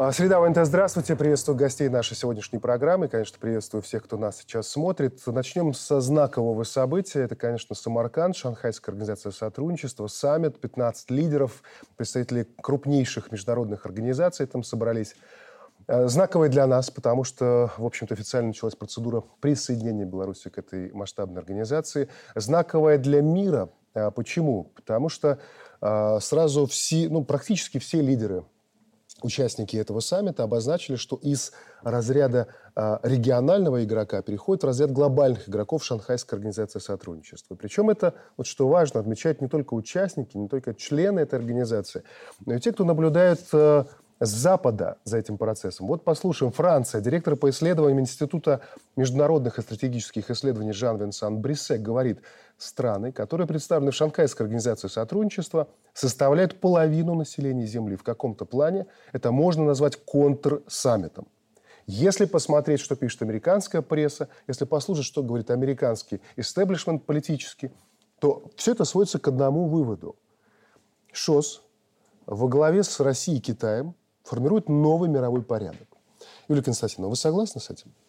Среда ВНТ, здравствуйте. Приветствую гостей нашей сегодняшней программы. Конечно, приветствую всех, кто нас сейчас смотрит. Начнем со знакового события. Это, конечно, Самарканд, Шанхайская организация сотрудничества, саммит, 15 лидеров, представителей крупнейших международных организаций там собрались. Знаковое для нас, потому что, в общем-то, официально началась процедура присоединения Беларуси к этой масштабной организации. Знаковое для мира. Почему? Потому что сразу практически все лидеры, участники этого саммита, обозначили, что из разряда регионального игрока переходит в разряд глобальных игроков Шанхайской организации сотрудничества. Причем это, вот что важно, отмечать не только участники, не только члены этой организации, но и те, кто наблюдает с Запада за этим процессом. Вот послушаем. Франция. Директор по исследованиям Института международных и стратегических исследований Жан-Винсан Бриссек говорит, страны, которые представлены в Шанхайской организации сотрудничества, составляют половину населения Земли. В каком-то плане это можно назвать контрсаммитом. Если посмотреть, что пишет американская пресса, если послушать, что говорит американский истеблишмент политический, то все это сводится к одному выводу. ШОС во главе с Россией и Китаем формирует новый мировой порядок. Юлия Константиновна, вы согласны с этим?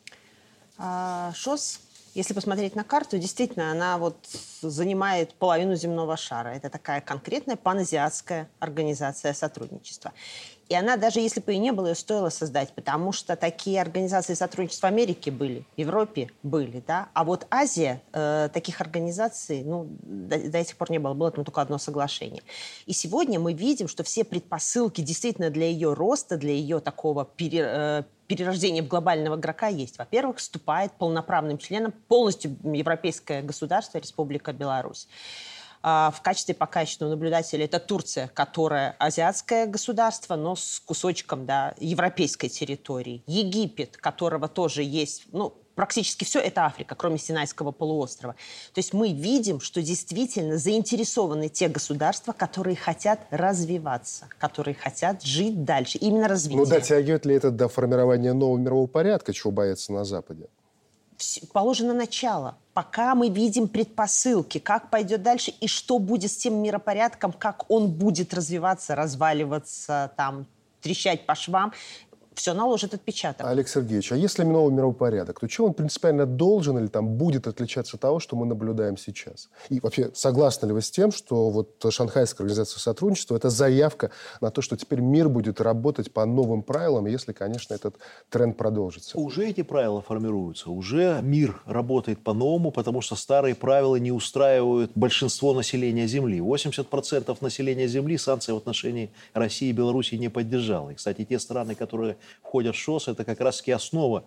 ШОС, если посмотреть на карту, действительно, она вот занимает половину земного шара. Это такая конкретная паназиатская организация сотрудничества. И она, даже если бы и не было, ее стоило создать, потому что такие организации сотрудничества в Америке были, в Европе были, да. А вот Азия, таких организаций, до сих пор не было. Было там только одно соглашение. И сегодня мы видим, что все предпосылки действительно для ее роста, для ее такого перерождения в глобального игрока есть. Во-первых, вступает полноправным членом полностью европейское государство, Республика Беларусь. В качестве пока еще наблюдателя это Турция, которая азиатское государство, но с кусочком европейской территории. Египет, которого тоже есть, практически все это Африка, кроме Синайского полуострова. То есть мы видим, что действительно заинтересованы те государства, которые хотят развиваться, которые хотят жить дальше. Именно развитие. Дотягивает ли это до формирования нового мирового порядка, чего боятся на Западе? Положено начало. Пока мы видим предпосылки, как пойдет дальше и что будет с тем миропорядком, как он будет развиваться, разваливаться, трещать по швам. Все наложит отпечаток. Олег Сергеевич, а если новый мировой порядок, то чего он принципиально должен или будет отличаться от того, что мы наблюдаем сейчас? И вообще, согласны ли вы с тем, что вот Шанхайская организация сотрудничества – это заявка на то, что теперь мир будет работать по новым правилам, если, конечно, этот тренд продолжится? Уже эти правила формируются, уже мир работает по-новому, потому что старые правила не устраивают большинство населения Земли. 80% населения Земли санкции в отношении России и Беларуси не поддержало. И, кстати, те страны, которые входят в ШОС, это как раз-таки основа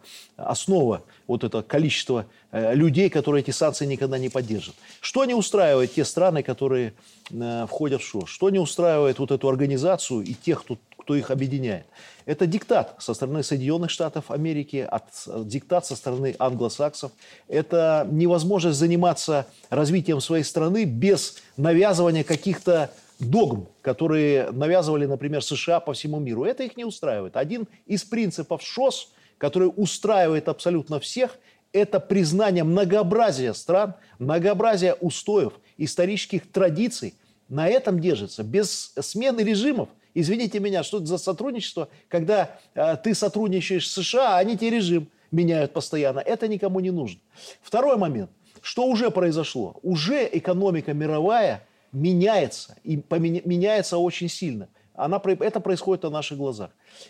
вот этого количества людей, которые эти санкции никогда не поддержат. Что не устраивает те страны, которые входят в ШОС? Что не устраивает вот эту организацию и тех, кто их объединяет? Это диктат со стороны Соединенных Штатов Америки, диктат со стороны англосаксов. Это невозможность заниматься развитием своей страны без навязывания каких-то догм, которые навязывали, например, США по всему миру. Это их не устраивает. Один из принципов ШОС, который устраивает абсолютно всех, это признание многообразия стран, многообразия устоев, исторических традиций. На этом держится. Без смены режимов. Извините меня, что это за сотрудничество, когда ты сотрудничаешь с США, а они тебе режим меняют постоянно. Это никому не нужно. Второй момент. Что уже произошло? Уже экономика мировая меняется, и меняется очень сильно. Это происходит на наших глазах.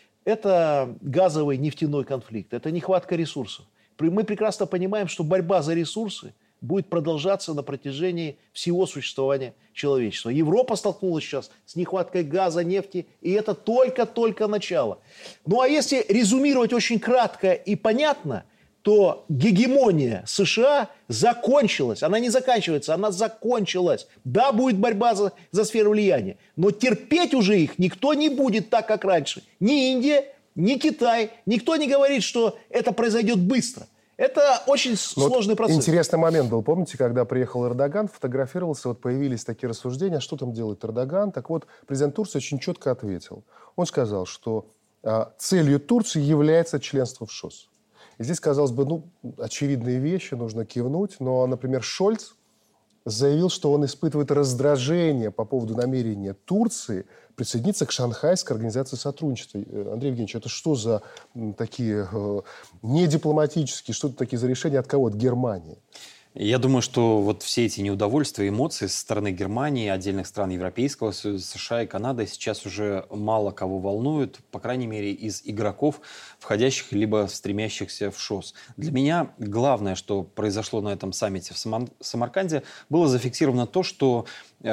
Это газовый нефтяной конфликт, это нехватка ресурсов. Мы прекрасно понимаем, что борьба за ресурсы будет продолжаться на протяжении всего существования человечества. Европа столкнулась сейчас с нехваткой газа, нефти, и это только-только начало. А если резюмировать очень кратко и понятно, то гегемония США закончилась. Она не заканчивается, она закончилась. Да, будет борьба за сферу влияния, но терпеть уже их никто не будет так, как раньше. Ни Индия, ни Китай. Никто не говорит, что это произойдет быстро. Это очень сложный процесс. Интересный момент был, помните, когда приехал Эрдоган, фотографировался, появились такие рассуждения, что там делает Эрдоган. Так вот, президент Турции очень четко ответил. Он сказал, что целью Турции является членство в ШОС. И здесь, казалось бы, очевидные вещи, нужно кивнуть. Но, например, Шольц заявил, что он испытывает раздражение по поводу намерения Турции присоединиться к Шанхайской организации сотрудничества. Андрей Евгеньевич, это что за такие недипломатические, что это такие за решения от кого? От Германии? Я думаю, что вот все эти неудовольствия, эмоции со стороны Германии, отдельных стран Европейского Союза, США и Канады сейчас уже мало кого волнуют, по крайней мере, из игроков, входящих либо стремящихся в ШОС. Для меня главное, что произошло на этом саммите в Самарканде, было зафиксировано то, что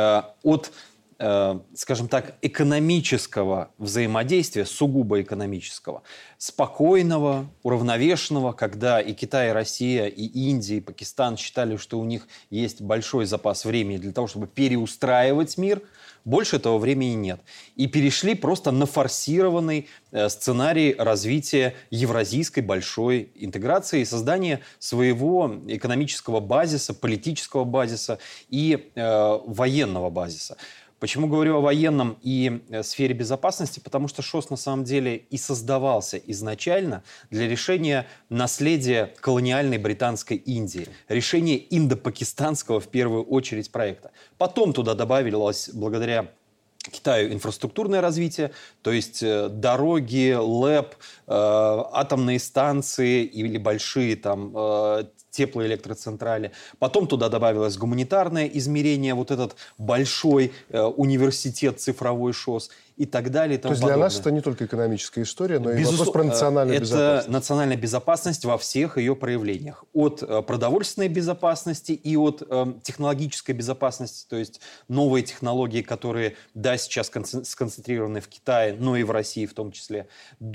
от скажем так, экономического взаимодействия, сугубо экономического, спокойного, уравновешенного, когда и Китай, и Россия, и Индия, и Пакистан считали, что у них есть большой запас времени для того, чтобы переустраивать мир, больше этого времени нет. И перешли просто на форсированный сценарий развития евразийской большой интеграции и создания своего экономического базиса, политического базиса и военного базиса. Почему говорю о военном и сфере безопасности? Потому что ШОС на самом деле и создавался изначально для решения наследия колониальной британской Индии, решения индо-пакистанского в первую очередь проекта. Потом туда добавилось, благодаря Китаю, инфраструктурное развитие, то есть дороги, ЛЭП, атомные станции или большие там теплоэлектроцентрали. Потом туда добавилось гуманитарное измерение, вот этот большой университет цифровой ШОС и так далее. И тому То есть подобное. для нас это не только экономическая история, но и вопрос про национальную безопасность. Это национальная безопасность во всех ее проявлениях. От продовольственной безопасности и от технологической безопасности, то есть новые технологии, которые, да, сейчас сконцентрированы в Китае, но и в России в том числе,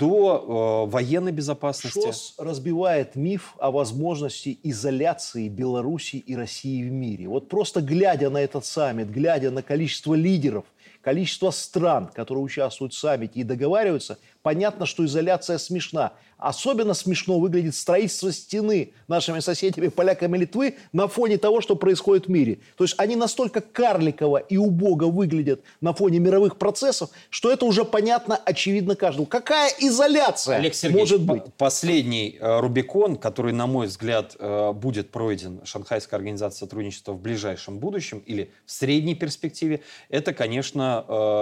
до военной безопасности. ШОС разбивает миф о возможности изоляции Белоруссии и России в мире. Вот просто глядя на этот саммит, глядя на количество лидеров, количество стран, которые участвуют в саммите и договариваются, понятно, что изоляция смешна. Особенно смешно выглядит строительство стены нашими соседями, поляками Литвы, на фоне того, что происходит в мире. То есть они настолько карликово и убого выглядят на фоне мировых процессов, что это уже понятно, очевидно каждому. Какая изоляция Олег Сергеевич, может быть? Последний Рубикон, который, на мой взгляд, будет пройден Шанхайской организацией сотрудничества в ближайшем будущем или в средней перспективе, это, конечно,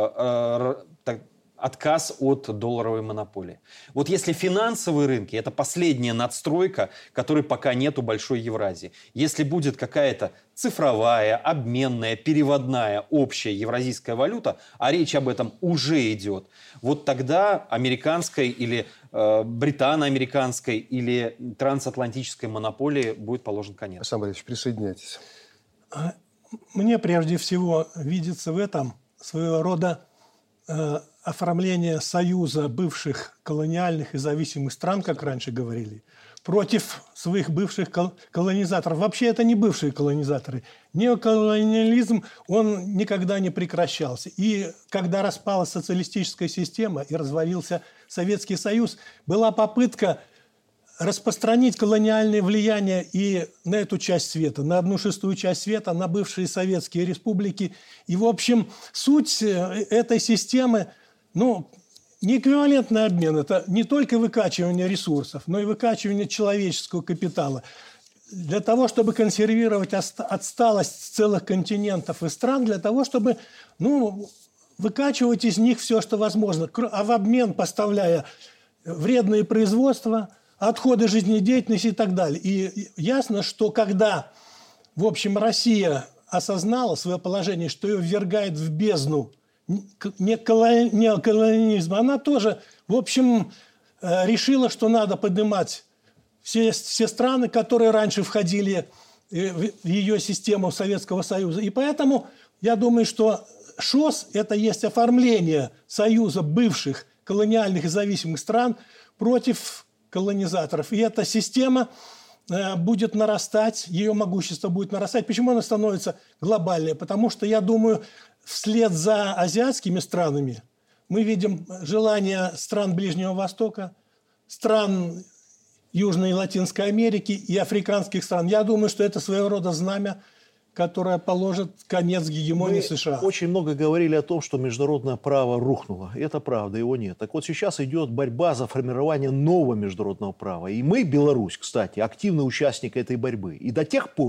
отказ от долларовой монополии. Вот если финансовые рынки – это последняя надстройка, которой пока нет у Большой Евразии. Если будет какая-то цифровая, обменная, переводная, общая евразийская валюта, а речь об этом уже идет, вот тогда американской или британо-американской или трансатлантической монополии будет положен конец. Александр Борисович, присоединяйтесь. Мне прежде всего видится в этом своего рода оформление союза бывших колониальных и зависимых стран, как раньше говорили, против своих бывших колонизаторов. Вообще это не бывшие колонизаторы. Неоколониализм, он никогда не прекращался. И когда распалась социалистическая система и развалился Советский Союз, была попытка распространить колониальное влияние и на эту часть света, на 1/6 часть света, на бывшие советские республики. И, в общем, суть этой системы, не эквивалентный обмен. Это не только выкачивание ресурсов, но и выкачивание человеческого капитала. Для того, чтобы консервировать отсталость целых континентов и стран, для того, чтобы выкачивать из них все, что возможно, а в обмен поставляя вредные производства, отходы жизнедеятельности и так далее. И ясно, что когда, в общем, Россия осознала свое положение, что ее ввергает в бездну неоколониализма, она тоже, в общем, решила, что надо поднимать все страны, которые раньше входили в ее систему Советского Союза. И поэтому я думаю, что ШОС – это есть оформление союза бывших колониальных и зависимых стран против колонизаторов. И эта система будет нарастать, ее могущество будет нарастать. Почему она становится глобальной? Потому что, я думаю, вслед за азиатскими странами мы видим желание стран Ближнего Востока, стран Южной и Латинской Америки и африканских стран. Я думаю, что это своего рода знамя, которое положит конец гегемонии США. Очень много говорили о том, что международное право рухнуло. Это правда, его нет. Так вот сейчас идет борьба за формирование нового международного права. И мы, Беларусь, кстати, активный участник этой борьбы. И до тех пор,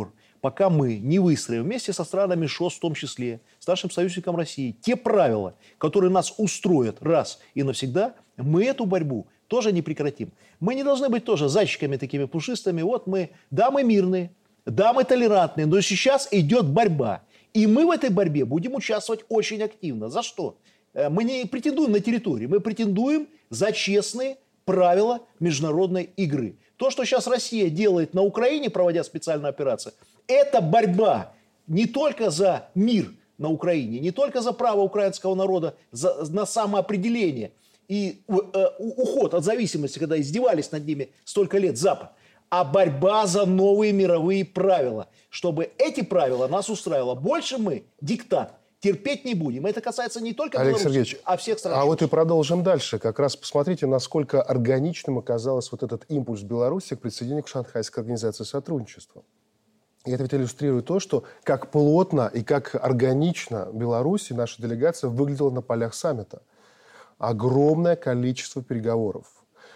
пока мы не выстроим вместе со странами ШОС в том числе, с нашим союзником Россией, те правила, которые нас устроят раз и навсегда, мы эту борьбу тоже не прекратим. Мы не должны быть тоже зайчиками такими пушистыми. Вот мы, да, мы мирные, да, мы толерантные, но сейчас идет борьба. И мы в этой борьбе будем участвовать очень активно. За что? Мы не претендуем на территорию, мы претендуем за честные правила международной игры. То, что сейчас Россия делает на Украине, проводя специальную операцию, это борьба не только за мир на Украине, не только за право украинского народа на самоопределение и уход от зависимости, когда издевались над ними столько лет Запад, а борьба за новые мировые правила, чтобы эти правила нас устраивало. Больше мы диктат терпеть не будем. Это касается не только Беларуси, а всех стран. А вот и продолжим дальше. Как раз посмотрите, насколько органичным оказался вот этот импульс Беларуси к присоединению к Шанхайской организации сотрудничества. И это ведь иллюстрирует то, что как плотно и как органично Беларусь и наша делегация выглядела на полях саммита. Огромное количество переговоров.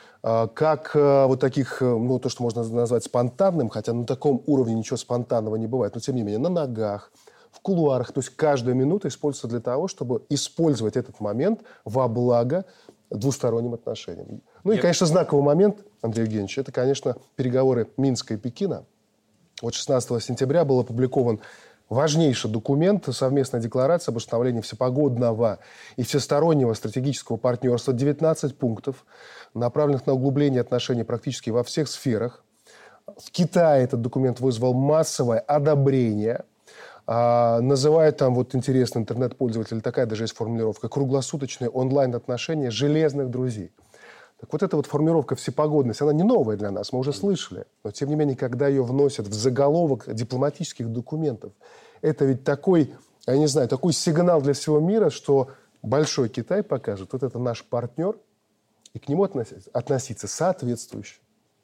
Как вот таких, ну, то, что можно назвать спонтанным, хотя на таком уровне ничего спонтанного не бывает, но тем не менее, на ногах, в кулуарах. То есть каждая минута используется для того, чтобы использовать этот момент во благо двусторонним отношениям. Ну и, конечно, знаковый момент, Андрей Евгеньевич, это, конечно, переговоры Минска и Пекина. Вот 16 сентября был опубликован важнейший документ, совместная декларация об установлении всепогодного и всестороннего стратегического партнерства, 19 пунктов, направленных на углубление отношений практически во всех сферах. В Китае этот документ вызвал массовое одобрение. Называют там, вот интересный интернет-пользователь, такая даже есть формулировка, круглосуточные онлайн-отношения железных друзей. Так вот эта вот формулировка всепогодность, она не новая для нас, мы уже слышали. Но тем не менее, когда ее вносят в заголовок дипломатических документов, это ведь такой, я не знаю, такой сигнал для всего мира, что Большой Китай покажет, вот это наш партнер, и к нему относиться соответствующе.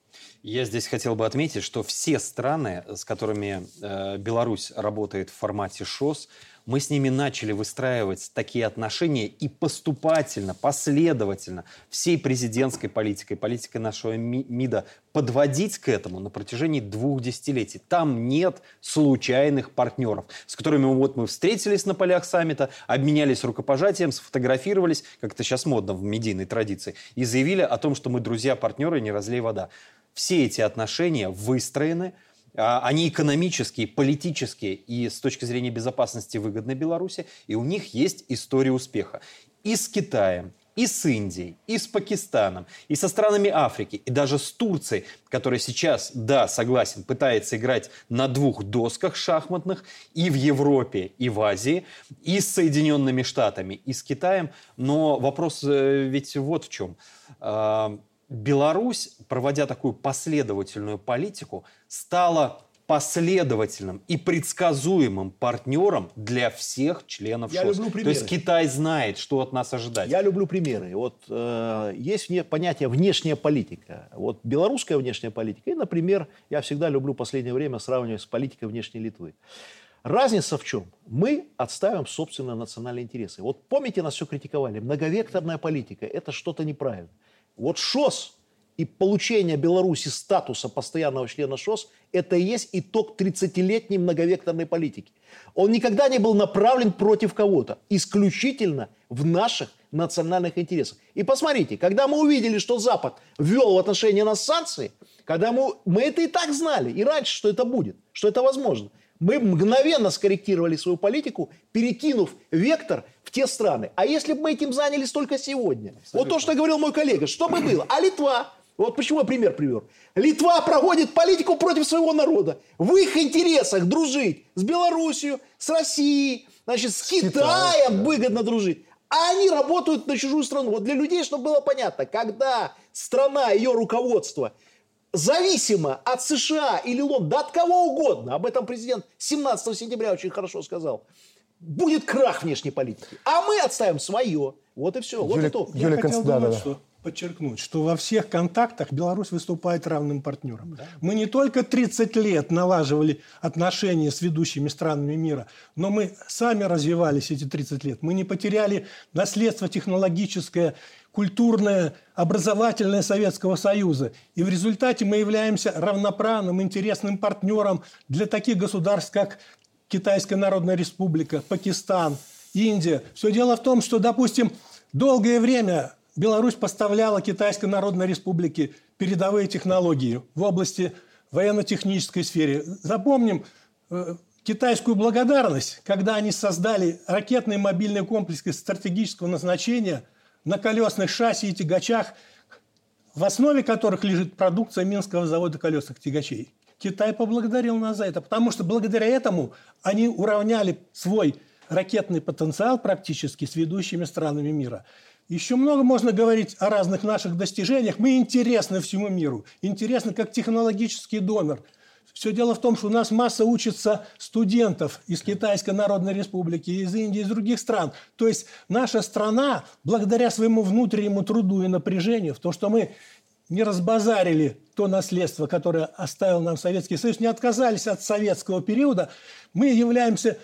Я здесь хотел бы отметить, что все страны, с которыми Беларусь работает в формате ШОС, мы с ними начали выстраивать такие отношения и поступательно, последовательно всей президентской политикой, политикой нашего МИДа подводить к этому на протяжении 2 десятилетий. Там нет случайных партнеров, с которыми вот мы встретились на полях саммита, обменялись рукопожатием, сфотографировались, как это сейчас модно в медийной традиции, и заявили о том, что мы друзья-партнеры, не разлей вода. Все эти отношения выстроены, они экономические, политические и с точки зрения безопасности выгодны Беларуси, и у них есть история успеха. И с Китаем, и с Индией, и с Пакистаном, и со странами Африки, и даже с Турцией, которая сейчас, да, согласен, пытается играть на 2 досках шахматных и в Европе, и в Азии, и с Соединенными Штатами, и с Китаем. Но вопрос ведь вот в чем. Беларусь, проводя такую последовательную политику, стала последовательным и предсказуемым партнером для всех членов ШОС. Я люблю примеры. То есть Китай знает, что от нас ожидать. Я люблю примеры. Вот есть понятие внешняя политика. Вот белорусская внешняя политика. И, например, я всегда люблю в последнее время сравнивать с политикой внешней Литвы. Разница в чем? Мы отставим собственные национальные интересы. Вот помните, нас все критиковали. Многовекторная политика – это что-то неправильно. Вот ШОС и получение Беларуси статуса постоянного члена ШОС – это и есть итог 30-летней многовекторной политики. Он никогда не был направлен против кого-то, исключительно в наших национальных интересах. И посмотрите, когда мы увидели, что Запад ввел в отношении нас санкции, когда мы это и так знали, и раньше, что это будет, что это возможно, мы мгновенно скорректировали свою политику, перекинув вектор в те страны. А если бы мы этим занялись только сегодня? Абсолютно. Вот то, что говорил мой коллега, что бы было? А Литва? Вот почему я пример привел. Литва проводит политику против своего народа. В их интересах дружить с Белоруссией, с Россией, значит, с Китаем выгодно дружить. А они работают на чужую страну. Вот для людей, чтобы было понятно, когда страна, ее руководство зависимо от США или Лондона, да от кого угодно, об этом президент 17 сентября очень хорошо сказал, будет крах внешней политики. А мы отставим свое. Вот и все. Вот и то. Я хотел думать, что подчеркнуть, что во всех контактах Беларусь выступает равным партнером. Да. Мы не только 30 лет налаживали отношения с ведущими странами мира, но мы сами развивались эти 30 лет. Мы не потеряли наследство технологическое, культурное, образовательное Советского Союза. И в результате мы являемся равноправным, интересным партнером для таких государств, как Китайская Народная Республика, Пакистан, Индия. Все дело в том, что, допустим, долгое время Беларусь поставляла Китайской Народной Республике передовые технологии в области военно-технической сферы. Запомним китайскую благодарность, когда они создали ракетные мобильные комплексы стратегического назначения на колесных шасси и тягачах, в основе которых лежит продукция Минского завода колесных тягачей. Китай поблагодарил нас за это, потому что благодаря этому они уравняли свой ракетный потенциал практически с ведущими странами мира. Еще много можно говорить о разных наших достижениях. Мы интересны всему миру, интересны как технологический донор. Все дело в том, что у нас масса учится студентов из Китайской Народной Республики, из Индии, из других стран. То есть наша страна, благодаря своему внутреннему труду и напряжению, в том, что мы не разбазарили то наследство, которое оставил нам Советский Союз, не отказались от советского периода, мы являемся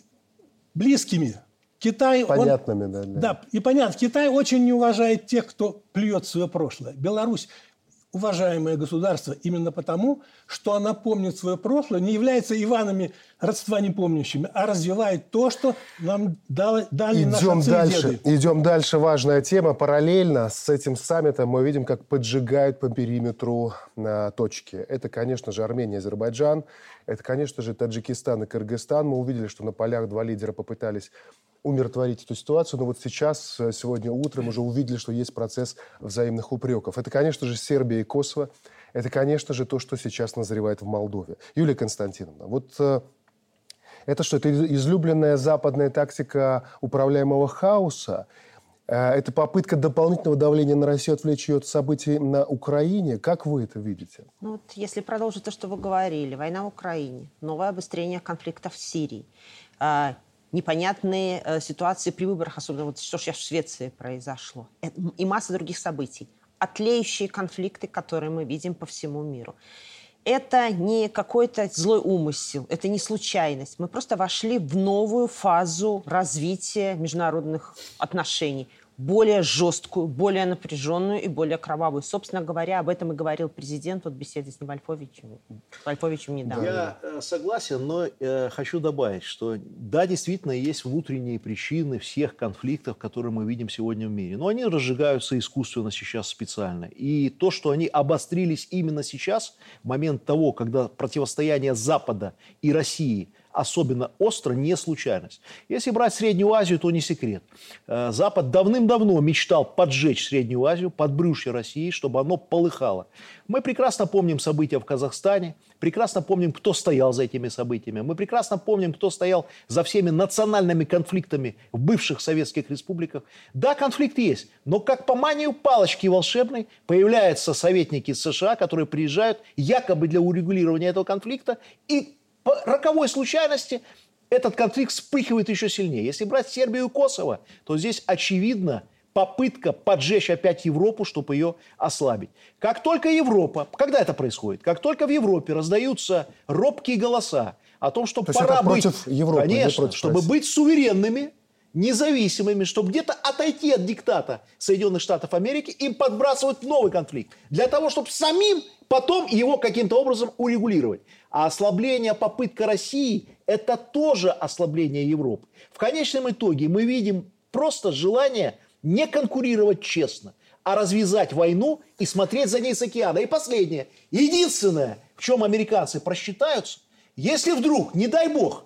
близкими. Китай, понятными, да. И понятно, Китай очень не уважает тех, кто плюет в свое прошлое. Беларусь уважаемое государство именно потому, что она помнит свое прошлое, не является Иванами родства непомнящими, а развивает то, что нам дали наши отцы и деды. Идем дальше. Важная тема. Параллельно с этим саммитом мы видим, как поджигают по периметру точки. Это, конечно же, Армения и Азербайджан. Это, конечно же, Таджикистан и Кыргызстан. Мы увидели, что на полях два лидера попытались умиротворить эту ситуацию, но вот сейчас, сегодня утром, уже увидели, что есть процесс взаимных упреков. Это, конечно же, Сербия и Косово. Это, конечно же, то, что сейчас назревает в Молдове. Юлия Константиновна, вот это что, это излюбленная западная тактика управляемого хаоса? Это попытка дополнительного давления на Россию отвлечь ее от событий на Украине? Как вы это видите? Ну вот, если продолжить то, что вы говорили, война в Украине, новое обострение конфликта в Сирии, непонятные ситуации при выборах, особенно вот что сейчас в Швеции произошло, и масса других событий, отлеющие конфликты, которые мы видим по всему миру. Это не какой-то злой умысел, это не случайность. Мы просто вошли в новую фазу развития международных отношений, более жесткую, более напряженную и более кровавую. Собственно говоря, об этом и говорил президент в беседе с Вольфовичем недавно. Я согласен, но хочу добавить, что да, действительно, есть внутренние причины всех конфликтов, которые мы видим сегодня в мире. Но они разжигаются искусственно сейчас специально. И то, что они обострились именно сейчас, в момент того, когда противостояние Запада и России особенно остро, не случайность. Если брать Среднюю Азию, то не секрет. Запад давным-давно мечтал поджечь Среднюю Азию, подбрюшье России, чтобы оно полыхало. Мы прекрасно помним события в Казахстане, прекрасно помним, кто стоял за этими событиями. Мы прекрасно помним, кто стоял за всеми национальными конфликтами в бывших советских республиках. Да, конфликт есть, но как по манию палочки волшебной появляются советники США, которые приезжают якобы для урегулирования этого конфликта, и по роковой случайности этот конфликт вспыхивает еще сильнее. Если брать Сербию и Косово, то здесь очевидно попытка поджечь опять Европу, чтобы ее ослабить. Как только Европа, когда это происходит? Как только в Европе раздаются робкие голоса о том, что пора быть, Европы, конечно, чтобы быть суверенными, независимыми, чтобы где-то отойти от диктата Соединенных Штатов Америки, им подбрасывают новый конфликт. Для того, чтобы самим потом его каким-то образом урегулировать. А ослабление, попытка России – это тоже ослабление Европы. В конечном итоге мы видим просто желание не конкурировать честно, а развязать войну и смотреть за ней с океана. И последнее. Единственное, в чем американцы просчитаются, если вдруг, не дай бог,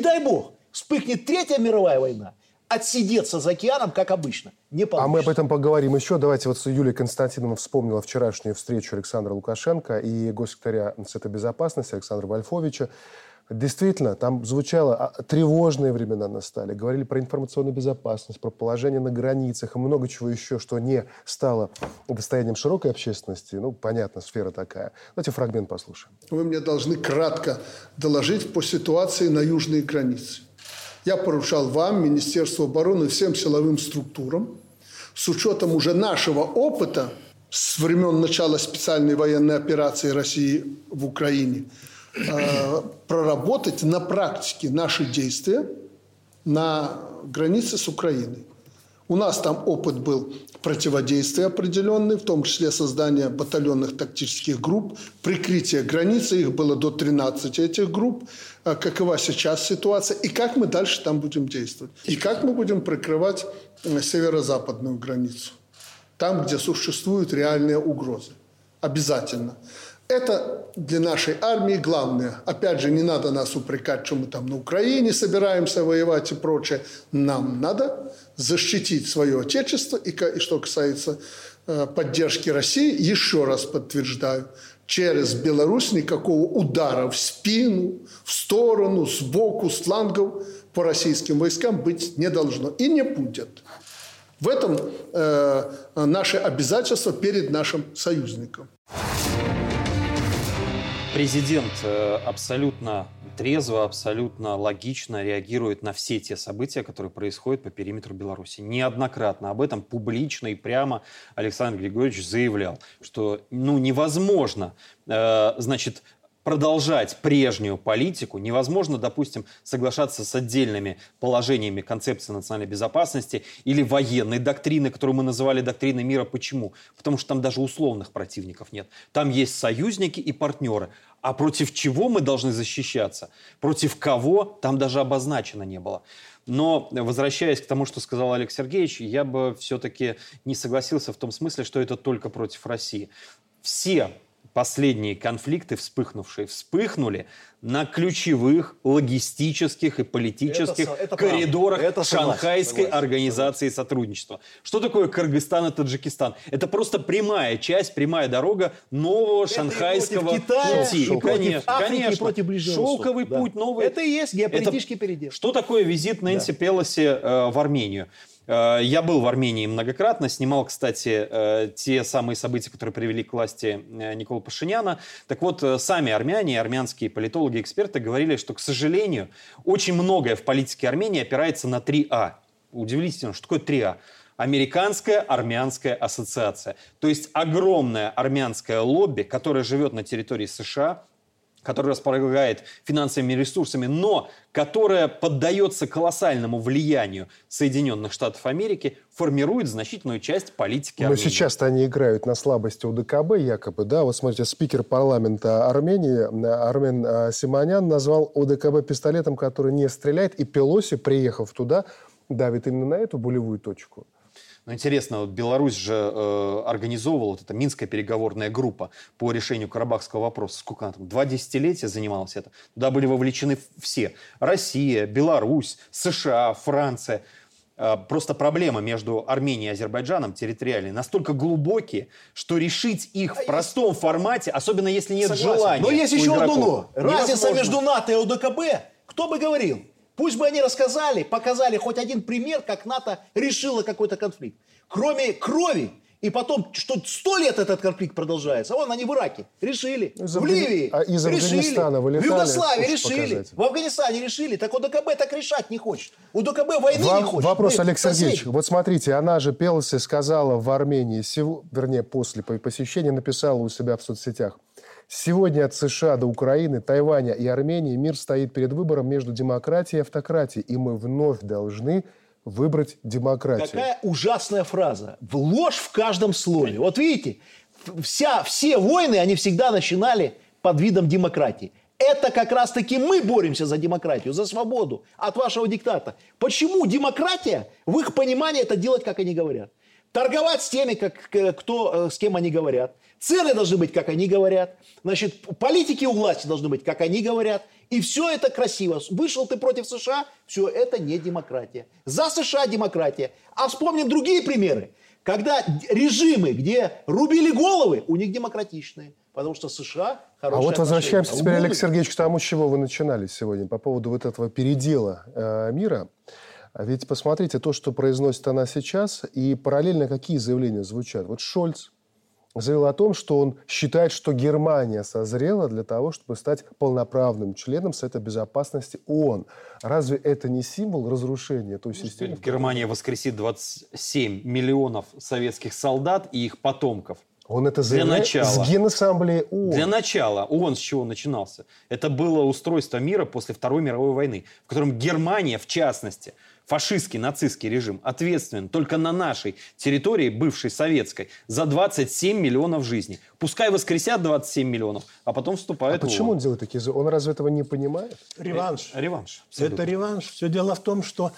вспыхнет Третья мировая война, отсидеться за океаном, как обычно, не получится. А мы об этом поговорим еще. Давайте вот Юлия Константиновна вспомнила вчерашнюю встречу Александра Лукашенко и госсекретаря Совета Безопасности Александра Вольфовича. Действительно, там звучало, тревожные времена настали. Говорили про информационную безопасность, про положение на границах и много чего еще, что не стало достоянием широкой общественности. Ну, понятно, сфера такая. Давайте фрагмент послушаем. Вы мне должны кратко доложить по ситуации на южной границе. Я поручал вам, Министерству обороны, всем силовым структурам с учетом уже нашего опыта с времен начала специальной военной операции России в Украине, проработать на практике наши действия на границе с Украиной. У нас там опыт был противодействия определенный, в том числе создания батальонных тактических групп, прикрытие границы, их было до 13 этих групп. Какова сейчас ситуация и как мы дальше там будем действовать. И как мы будем прикрывать северо-западную границу, там, где существуют реальные угрозы. Обязательно. Это для нашей армии главное. Опять же, не надо нас упрекать, что мы там на Украине собираемся воевать и прочее. Нам надо защитить свое отечество. И что касается поддержки России, еще раз подтверждаю, через Беларусь никакого удара в спину, в сторону, сбоку, с флангов по российским войскам быть не должно. И не будет. В этом наше обязательство перед нашим союзником. Президент абсолютно трезво, абсолютно логично реагирует на все те события, которые происходят по периметру Беларуси. Неоднократно об этом публично и прямо Александр Григорьевич заявлял, что невозможно, продолжать прежнюю политику, невозможно, допустим, соглашаться с отдельными положениями концепции национальной безопасности или военной доктрины, которую мы называли доктриной мира. Почему? Потому что там даже условных противников нет. Там есть союзники и партнеры. А против чего мы должны защищаться? Против кого? Там даже обозначено не было. Но, возвращаясь к тому, что сказал Олег Сергеевич, я бы все-таки не согласился в том смысле, что это только против России. Все последние конфликты, вспыхнули на ключевых логистических и политических коридорах Шанхайской организации сотрудничества. Что такое Кыргызстан и Таджикистан? Это просто прямая часть, прямая дорога нового шанхайского пути. Конечно. Шелковый путь новый. Это и есть геополитический передел. Что такое визит Нэнси Пелоси в Армению? Я был в Армении многократно, снимал, кстати, те самые события, которые привели к власти Николы Пашиняна. Так вот, сами армяне, армянские политологи, эксперты говорили, что, к сожалению, очень многое в политике Армении опирается на 3А. Удивительно, что такое 3А? Американская армянская ассоциация. То есть огромное армянское лобби, которое живет на территории США, которая располагает финансовыми ресурсами, но которая поддается колоссальному влиянию Соединенных Штатов Америки, формирует значительную часть политики Армении. Но сейчас-то они играют на слабости ОДКБ якобы, да? Вот смотрите, спикер парламента Армении Армен Симонян назвал ОДКБ пистолетом, который не стреляет, и Пелоси, приехав туда, давит именно на эту болевую точку. Но интересно, вот Беларусь же организовывала вот эта Минская переговорная группа по решению карабахского вопроса. Сколько она там? 2 десятилетия занималась это. Туда были вовлечены все. Россия, Беларусь, США, Франция. Просто проблемы между Арменией и Азербайджаном территориальные настолько глубокие, что решить их в простом формате, особенно если нет желания. Но есть еще одно но. Разница невозможно. между НАТО и ОДКБ, кто бы говорил? Пусть бы они рассказали, показали хоть один пример, как НАТО решило какой-то конфликт. Кроме крови, и потом, что 100 лет этот конфликт продолжается. Вон они в Ираке решили, в Ливии из решили, Афганистана вылетали, в Югославии решили, показать. в Афганистане решили. Так ОДКБ так решать не хочет. ОДКБ войны не хочет. Вопрос, Мы Олег Сергеевич. соседи. Вот смотрите, она же, Пелоси, сказала в Армении, вернее, после посещения, написала у себя в соцсетях: сегодня от США до Украины, Тайваня и Армении мир стоит перед выбором между демократией и автократией, и мы вновь должны выбрать демократию. Какая ужасная фраза. Ложь в каждом слове. Вот видите, все войны, они всегда начинали под видом демократии. Это как раз-таки мы боремся за демократию, за свободу от вашего диктата. Почему демократия, в их понимании, это делать, как они говорят? Торговать с теми, с кем они говорят. Цены должны быть, как они говорят. Значит, политики у власти должны быть, как они говорят. И все это красиво. Вышел ты против США, все это не демократия. За США демократия. А вспомним другие примеры. Когда режимы, где рубили головы, у них демократичные. Потому что США хорошие. А вот возвращаемся отношения. теперь, Олег Сергеевич, к тому, с чего вы начинали сегодня, по поводу вот этого передела мира. Ведь посмотрите, то, что произносит она сейчас, и параллельно какие заявления звучат. Вот Шольц заявил о том, что он считает, что Германия созрела для того, чтобы стать полноправным членом Совета Безопасности ООН. Разве это не символ разрушения той системы? Германия воскресит 27 миллионов советских солдат и их потомков. Он это заявляет с Генассамблеи ООН. Для начала ООН с чего начинался? Это было устройство мира после Второй мировой войны, в котором Германия, в частности, фашистский, нацистский режим ответственен только на нашей территории, бывшей советской, за 27 миллионов жизней. Пускай воскресят 27 миллионов, а потом вступают в ООН. Почему он делает такие... Он разве этого не понимает? Реванш. Реванш. Это реванш. Все дело в том, что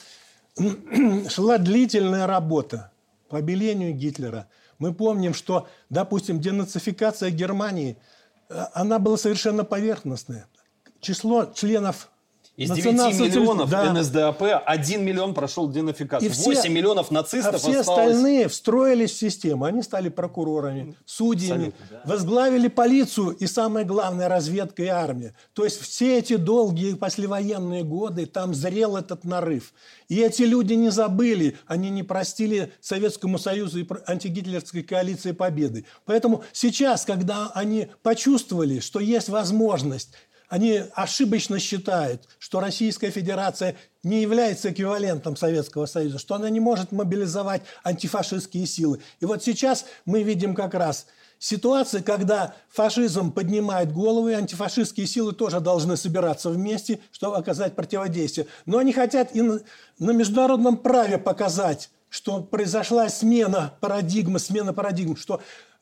шла длительная работа по обелению Гитлера. Мы помним, что, допустим, денацификация Германии, она была совершенно поверхностная. Число членов из 9 миллионов НСДАП 1 миллион прошел денацификацию. 8 миллионов нацистов осталось. А все остальные встроились в систему. Они стали прокурорами, судьями, возглавили полицию и, самое главное, разведка и армия. То есть все эти долгие послевоенные годы там зрел этот нарыв. И эти люди не забыли, они не простили Советскому Союзу и антигитлеровской коалиции победы. Поэтому сейчас, когда они почувствовали, что есть возможность, они ошибочно считают, что Российская Федерация не является эквивалентом Советского Союза, что она не может мобилизовать антифашистские силы. И вот сейчас мы видим как раз ситуацию, когда фашизм поднимает голову, и антифашистские силы тоже должны собираться вместе, чтобы оказать противодействие. Но они хотят и на международном праве показать, что произошла смена парадигмы, что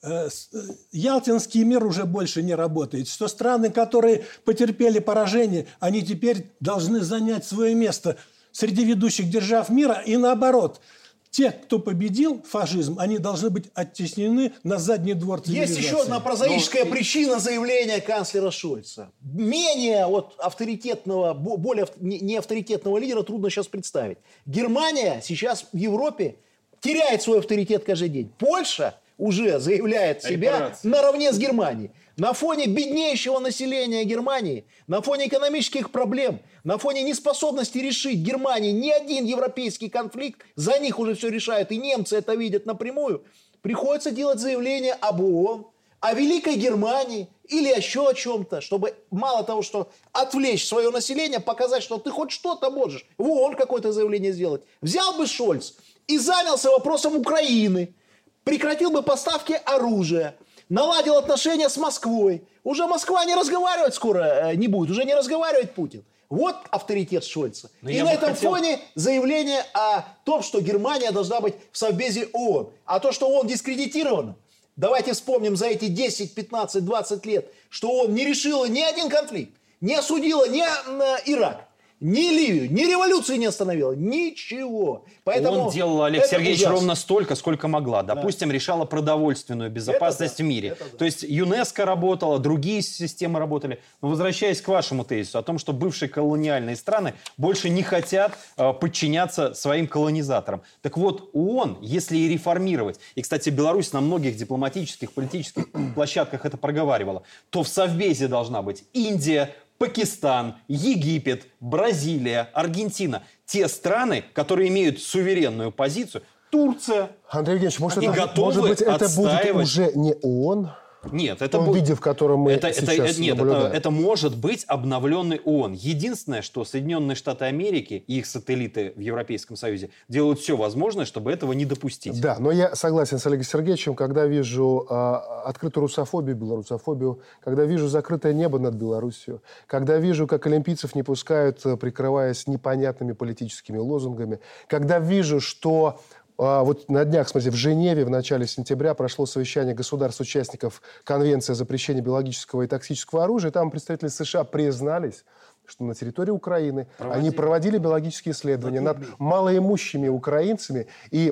Ялтинский мир уже больше не работает, что страны, которые потерпели поражение, они теперь должны занять свое место среди ведущих держав мира, и наоборот. Те, кто победил фашизм, они должны быть оттеснены на задний двор цивилизации. Есть еще одна прозаическая причина заявления канцлера Шольца. Менее авторитетного, более неавторитетного лидера трудно сейчас представить. Германия сейчас в Европе теряет свой авторитет каждый день. Польша уже заявляет себя наравне с Германией. На фоне беднейшего населения Германии, на фоне экономических проблем, на фоне неспособности решить Германии ни один европейский конфликт, за них уже все решают, и немцы это видят напрямую, приходится делать заявление об ООН, о Великой Германии или еще о чем-то, чтобы мало того, что отвлечь свое население, показать, что ты хоть что-то можешь, в ООН какое-то заявление сделать. Взял бы Шольц и занялся вопросом Украины, прекратил бы поставки оружия, наладил отношения с Москвой. Уже Москва не разговаривать скоро не будет, уже не разговаривает Путин. Вот авторитет Шольца. И на этом фоне заявление о том, что Германия должна быть в Совбезе ООН. А то, что ООН дискредитировано, давайте вспомним за эти 10, 15, 20 лет, что ООН не решила ни один конфликт, не осудила ни Ирак, ни Ливию, ни революции не остановила. Ничего. Поэтому ООН делала, Олег Сергеевич, ровно столько, сколько могла. Допустим, решала продовольственную безопасность в мире. То есть ЮНЕСКО работала, другие системы работали. Но возвращаясь к вашему тезису о том, что бывшие колониальные страны больше не хотят подчиняться своим колонизаторам. Так вот, ООН, если и реформировать, и, кстати, Беларусь на многих дипломатических, политических площадках это проговаривала, то в Совбезе должна быть Индия, Пакистан, Египет, Бразилия, Аргентина. Те страны, которые имеют суверенную позицию. Турция. Андрей Евгеньевич, может быть, это будет уже не ООН? Нет, это в том виде, в котором мы сейчас наблюдаем. Это может быть обновленный ООН. Единственное, что Соединенные Штаты Америки и их сателлиты в Европейском Союзе делают все возможное, чтобы этого не допустить. Да, но я согласен с Олегом Сергеевичем, когда вижу открытую русофобию, белорусофобию, когда вижу закрытое небо над Белоруссией, когда вижу, как олимпийцев не пускают, прикрываясь непонятными политическими лозунгами, когда вижу, что вот на днях, смотрите, в Женеве в начале сентября прошло совещание государств-участников Конвенции о запрещении биологического и токсического оружия. Там представители США признались, что на территории Украины они проводили биологические исследования над малоимущими украинцами и,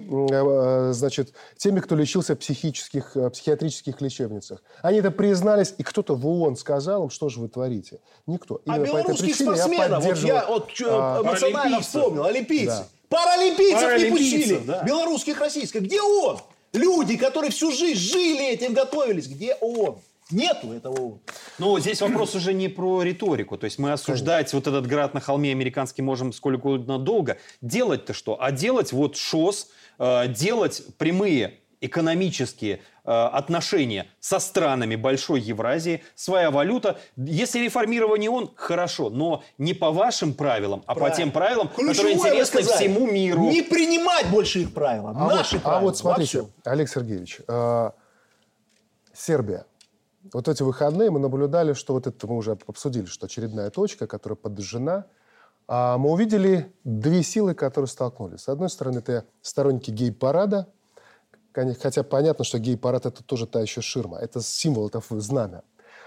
значит, теми, кто лечился в психиатрических лечебницах. Они это признались, и кто-то в ООН сказал им, что же вы творите. Никто. Именно белорусских спортсменов, я национально вспомнил, олимпийцы. Да. Паралимпийцев не пустили, да. Белорусских, российских. Где ООН? Люди, которые всю жизнь жили этим, готовились. Где ООН? Нету этого ООН. Но здесь вопрос уже не про риторику. То есть мы осуждать вот этот град на холме американский можем сколько угодно долго. Делать-то что? А делать вот ШОС, делать прямые экономические отношения со странами Большой Евразии, своя валюта. Если реформирование ООН, хорошо, но не по вашим правилам, а по тем правилам, которые интересны всему миру. Не принимать больше их правила, наши правила. А вот смотрите, Олег Сергеевич, Сербия. Вот эти выходные мы наблюдали, что вот это мы уже обсудили, что очередная точка, которая подожжена. Мы увидели две силы, которые столкнулись. С одной стороны, это сторонники гей-парада, хотя понятно, что гей-парад — это тоже та еще ширма, это символ, это знамя.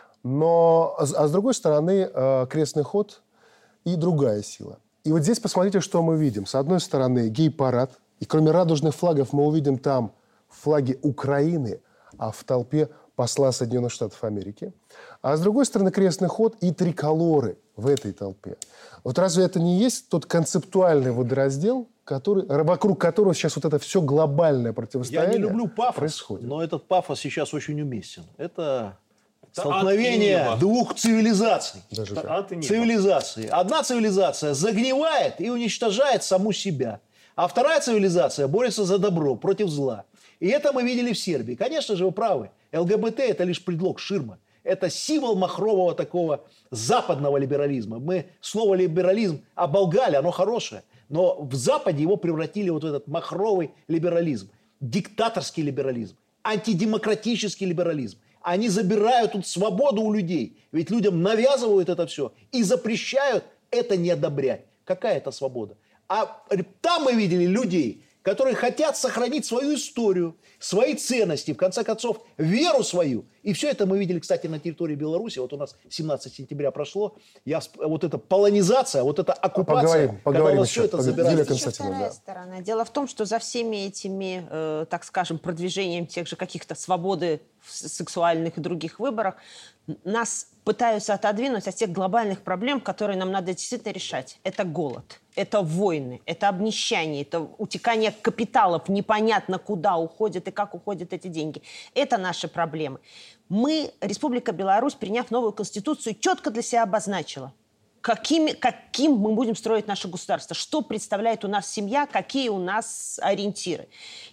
Но, с другой стороны, крестный ход и другая сила. И вот здесь посмотрите, что мы видим. С одной стороны, гей-парад, и кроме радужных флагов мы увидим там флаги Украины, а в толпе посла Соединенных Штатов Америки. А с другой стороны, крестный ход и триколоры в этой толпе. Вот разве это не есть тот концептуальный водораздел, вокруг которого сейчас вот это все глобальное противостояние Я не люблю пафос, происходит? Но этот пафос сейчас очень уместен. Это столкновение двух цивилизаций. Цивилизации. Одна цивилизация загнивает и уничтожает саму себя. А вторая цивилизация борется за добро, против зла. И это мы видели в Сербии. Конечно же, вы правы. ЛГБТ – это лишь предлог, ширма. Это символ махрового такого западного либерализма. Мы слово либерализм оболгали, оно хорошее. Но в Западе его превратили вот в этот махровый либерализм. Диктаторский либерализм. Антидемократический либерализм. Они забирают тут свободу у людей. Ведь людям навязывают это все и запрещают это не одобрять. Какая это свобода? А там мы видели людей, которые хотят сохранить свою историю, свои ценности, в конце концов, веру свою. И все это мы видели, кстати, на территории Беларуси. Вот у нас 17 сентября прошло. Вот эта полонизация, вот эта оккупация, поговорим когда все это забирается. Еще вторая сторона. Дело в том, что за всеми этими, так скажем, продвижением тех же каких-то свободы в сексуальных и других выборах нас пытаются отодвинуть от тех глобальных проблем, которые нам надо действительно решать. Это голод, это войны, это обнищание, это утекание капиталов, непонятно куда уходят и как уходят эти деньги. Это наши проблемы. Мы, Республика Беларусь, приняв новую конституцию, четко для себя обозначила, каким мы будем строить наше государство, что представляет у нас семья, какие у нас ориентиры.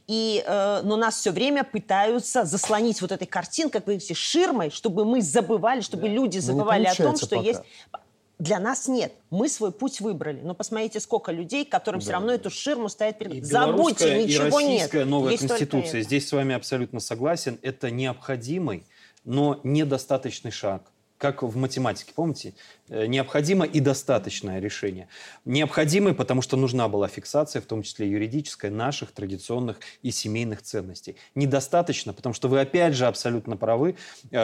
Но нас все время пытаются заслонить вот этой картинкой, как вы говорите, ширмой, чтобы мы забывали, чтобы люди забывали о том, что есть... Для нас нет. Мы свой путь выбрали. Но посмотрите, сколько людей, которым все равно эту ширму ставят перед... Забудьте, ничего нет. И российская новая конституция. Здесь с вами абсолютно согласен. Это необходимый, но недостаточный шаг. Как в математике, помните? Необходимо и достаточное решение. Необходимый, потому что нужна была фиксация, в том числе юридическая, наших традиционных и семейных ценностей. Недостаточно, потому что вы опять же абсолютно правы.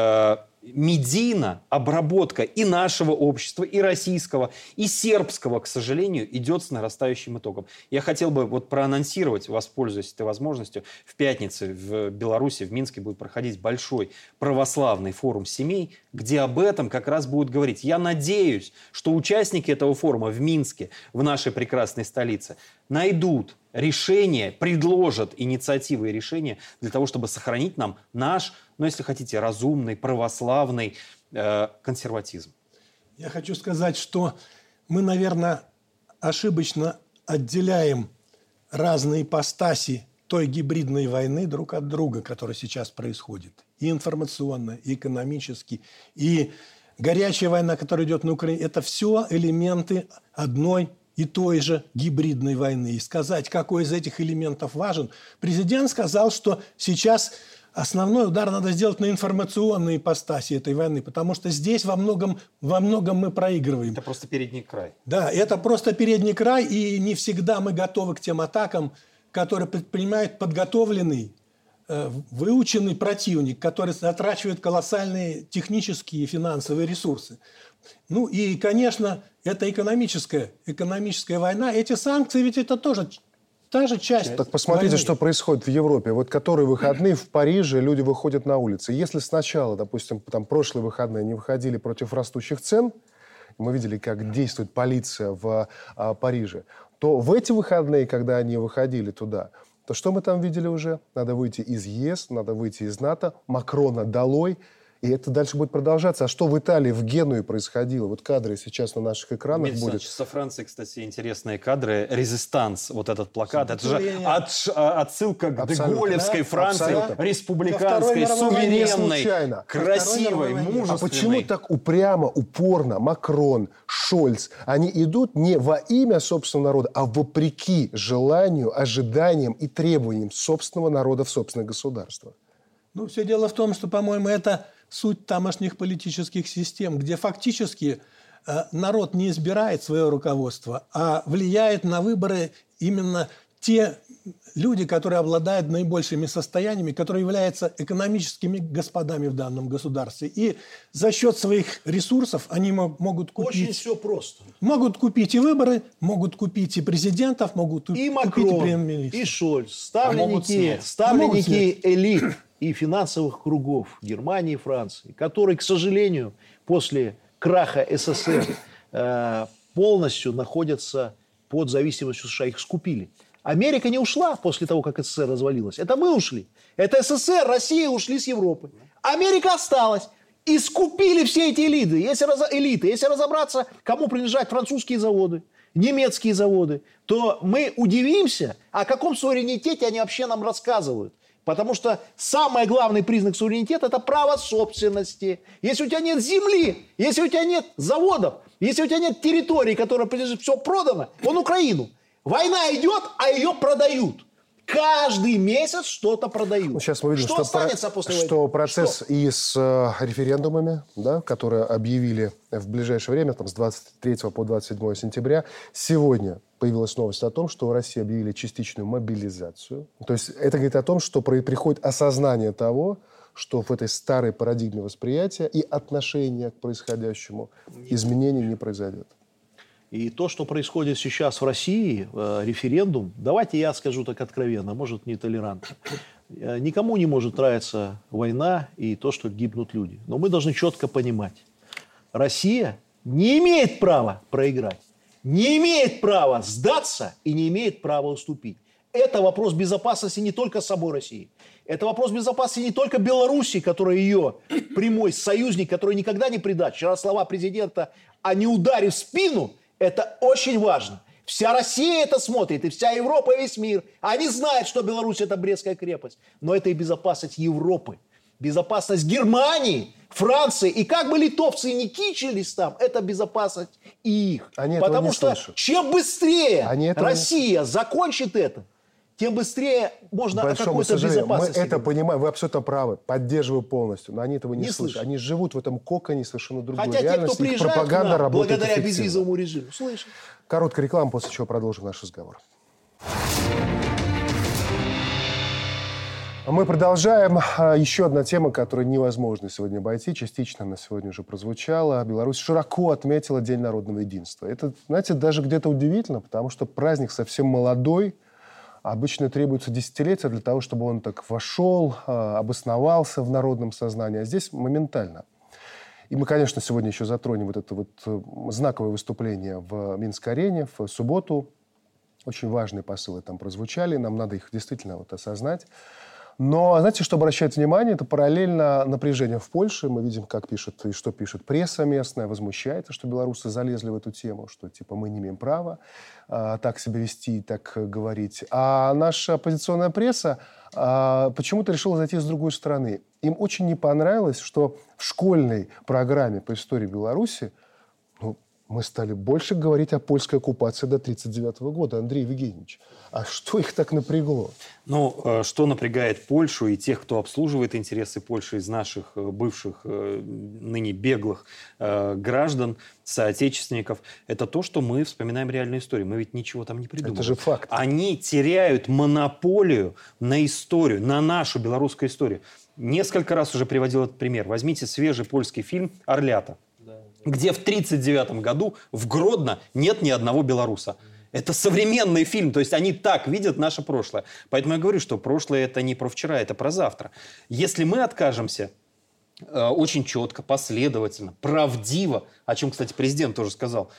Медийно обработка и нашего общества, и российского, и сербского, к сожалению, идет с нарастающим итогом. Я хотел бы проанонсировать, воспользуясь этой возможностью, в пятницу в Беларуси, в Минске будет проходить большой православный форум семей, где об этом как раз будут говорить. Я надеюсь, что участники этого форума в Минске, в нашей прекрасной столице, найдут решения, предложат инициативы и решения для того, чтобы сохранить нам наш, если хотите, разумный, православный консерватизм. Я хочу сказать, что мы, наверное, ошибочно отделяем разные ипостаси той гибридной войны друг от друга, которая сейчас происходит. И информационно, и экономически, и горячая война, которая идет на Украине. Это все элементы одной и той же гибридной войны. И сказать, какой из этих элементов важен. Президент сказал, что сейчас основной удар надо сделать на информационной ипостаси этой войны, потому что здесь во многом мы проигрываем. Это просто передний край. Да, это просто передний край, и не всегда мы готовы к тем атакам, которые предпринимает подготовленный, выученный противник, который затрачивает колоссальные технические и финансовые ресурсы. Ну и, конечно, это экономическая война. Эти санкции ведь это тоже та же часть. Так посмотрите, войны. что происходит в Европе. Вот которые выходные в Париже люди выходят на улицы. Если сначала, допустим, там прошлые выходные они выходили против растущих цен, мы видели, как действует полиция в Париже, то в эти выходные, когда они выходили туда, то что мы там видели уже? Надо выйти из ЕС, надо выйти из НАТО, Макрона долой. И это дальше будет продолжаться. А что в Италии, в Генуе происходило? Вот кадры сейчас на наших экранах будет. Со Франции, кстати, интересные кадры. «Резистанс», вот этот плакат. Это же отсылка к деголевской Франции, республиканской, суверенной, красивой, мужественной. А почему так упрямо, упорно Макрон, Шольц, они идут не во имя собственного народа, а вопреки желанию, ожиданиям и требованиям собственного народа в собственное государство? Ну, все дело в том, что, по-моему, это суть тамошних политических систем, где фактически народ не избирает свое руководство, а влияет на выборы именно те люди, которые обладают наибольшими состояниями, которые являются экономическими господами в данном государстве. И за счет своих ресурсов они могут купить... Очень все просто. Могут купить и выборы, могут купить и президентов, могут и купить Макрон, и премьер-министров. и Шольц, ставленники элит и финансовых кругов Германии и Франции, которые, к сожалению, после краха СССР полностью находятся под зависимостью США. Их скупили. Америка не ушла после того, как СССР развалилась. Это мы ушли. Это СССР, Россия ушли с Европы. Америка осталась. И скупили все эти элиты. Если разобраться, кому принадлежат французские заводы, немецкие заводы, то мы удивимся, о каком суверенитете они вообще нам рассказывают. Потому что самый главный признак суверенитета – это право собственности. Если у тебя нет земли, если у тебя нет заводов, если у тебя нет территории, которая принадлежит, все продано, вон Украину. Война идет, а ее продают. Каждый месяц что-то продают. Ну, сейчас мы видим, что останется после войны? Что процесс и с референдумами, да, которые объявили в ближайшее время, там, с 23 по 27 сентября, сегодня появилась новость о том, что в России объявили частичную мобилизацию. То есть это говорит о том, что приходит осознание того, что в этой старой парадигме восприятия и отношения к происходящему изменений не произойдет. И то, что происходит сейчас в России, референдум, давайте я скажу так откровенно, может, нетолерантно. Никому не может нравиться война и то, что гибнут люди. Но мы должны четко понимать, Россия не имеет права проиграть, не имеет права сдаться и не имеет права уступить. Это вопрос безопасности не только самой России. Это вопрос безопасности не только Беларуси, которая ее прямой союзник, который никогда не предаст. Вчера слова президента о «не ударе в спину» – это очень важно. Вся Россия это смотрит, и вся Европа, и весь мир. Они знают, что Беларусь – это Брестская крепость. Но это и безопасность Европы, безопасность Германии, Франции. И как бы литовцы не кичились там, это безопасность и их. Потому что чем быстрее Россия закончит это, тем быстрее можно о какой-то безопасности. Мы это понимаем, вы абсолютно правы, поддерживаю полностью, но они этого не слышат. Они живут в этом коконе совершенно другой реальности. Хотя те, кто приезжает к нам, благодаря безвизовому режиму, слышат. Короткая реклама, после чего продолжим наш разговор. Мы продолжаем. Еще одна тема, которую невозможно сегодня обойти, частично она сегодня уже прозвучала. Беларусь широко отметила День народного единства. Это, знаете, даже где-то удивительно, потому что праздник совсем молодой. Обычно требуется десятилетия для того, чтобы он так вошел, обосновался в народном сознании. А здесь моментально. И мы, конечно, сегодня еще затронем вот это вот знаковое выступление в Минск-арене в субботу. Очень важные посылы там прозвучали. Нам надо их действительно вот осознать. Но, знаете, что обращает внимание, это параллельно напряжение в Польше. Мы видим, как пишет и что пишет пресса местная, возмущается, что белорусы залезли в эту тему, что типа мы не имеем права так себя вести, так говорить. А наша оппозиционная пресса почему-то решила зайти с другой стороны. Им очень не понравилось, что в школьной программе по истории Беларуси мы стали больше говорить о польской оккупации до 1939 года. Андрей Евгеньевич, а что их так напрягло? Ну, что напрягает Польшу и тех, кто обслуживает интересы Польши из наших бывших, ныне беглых граждан, соотечественников, это то, что мы вспоминаем реальную историю. Мы ведь ничего там не придумали. Это же факт. Они теряют монополию на историю, на нашу белорусскую историю. Несколько раз уже приводил этот пример. Возьмите свежий польский фильм «Орлята», где в 1939 году в Гродно нет ни одного белоруса. Это современный фильм, то есть они так видят наше прошлое. Поэтому я говорю, что прошлое это не про вчера, это про завтра. Если мы откажемся очень четко, последовательно, правдиво, о чем, кстати, президент тоже сказал,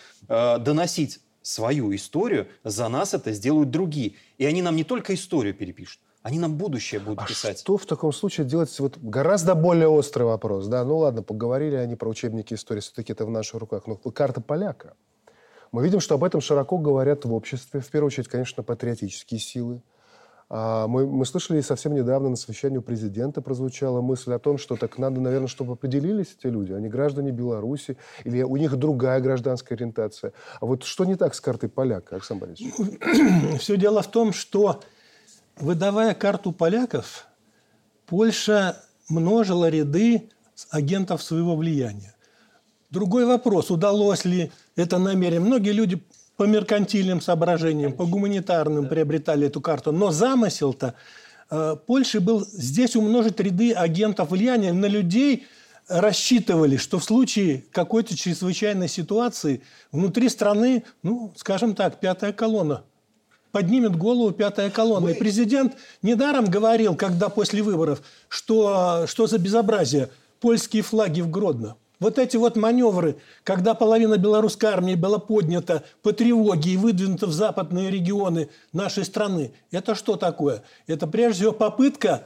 доносить свою историю, за нас это сделают другие. И они нам не только историю перепишут, Они нам будущее будут А писать. что в таком случае делать? Вот гораздо более острый вопрос. Да? Ну ладно, поговорили они про учебники истории, все-таки это в наших руках. Но карта поляка. Мы видим, что об этом широко говорят в обществе. В первую очередь, конечно, патриотические силы. Мы слышали совсем недавно на совещании у президента прозвучала мысль о том, что так надо, наверное, чтобы определились эти люди. Они граждане Беларуси или у них другая гражданская ориентация. А вот что не так с картой поляка, Александр Борисович? Все дело в том, что, выдавая карту поляков, Польша множила ряды агентов своего влияния. Другой вопрос, удалось ли это намерение. Многие люди по меркантильным соображениям, по гуманитарным приобретали эту карту. Но замысел-то Польши был здесь умножить ряды агентов влияния. На людей рассчитывали, что в случае какой-то чрезвычайной ситуации внутри страны, ну, скажем так, пятая колонна. Поднимет голову пятая колонна. И президент недаром говорил, когда после выборов, что за безобразие, польские флаги в Гродно. Вот эти вот маневры, когда половина белорусской армии была поднята по тревоге и выдвинута в западные регионы нашей страны, это что такое? Это прежде всего попытка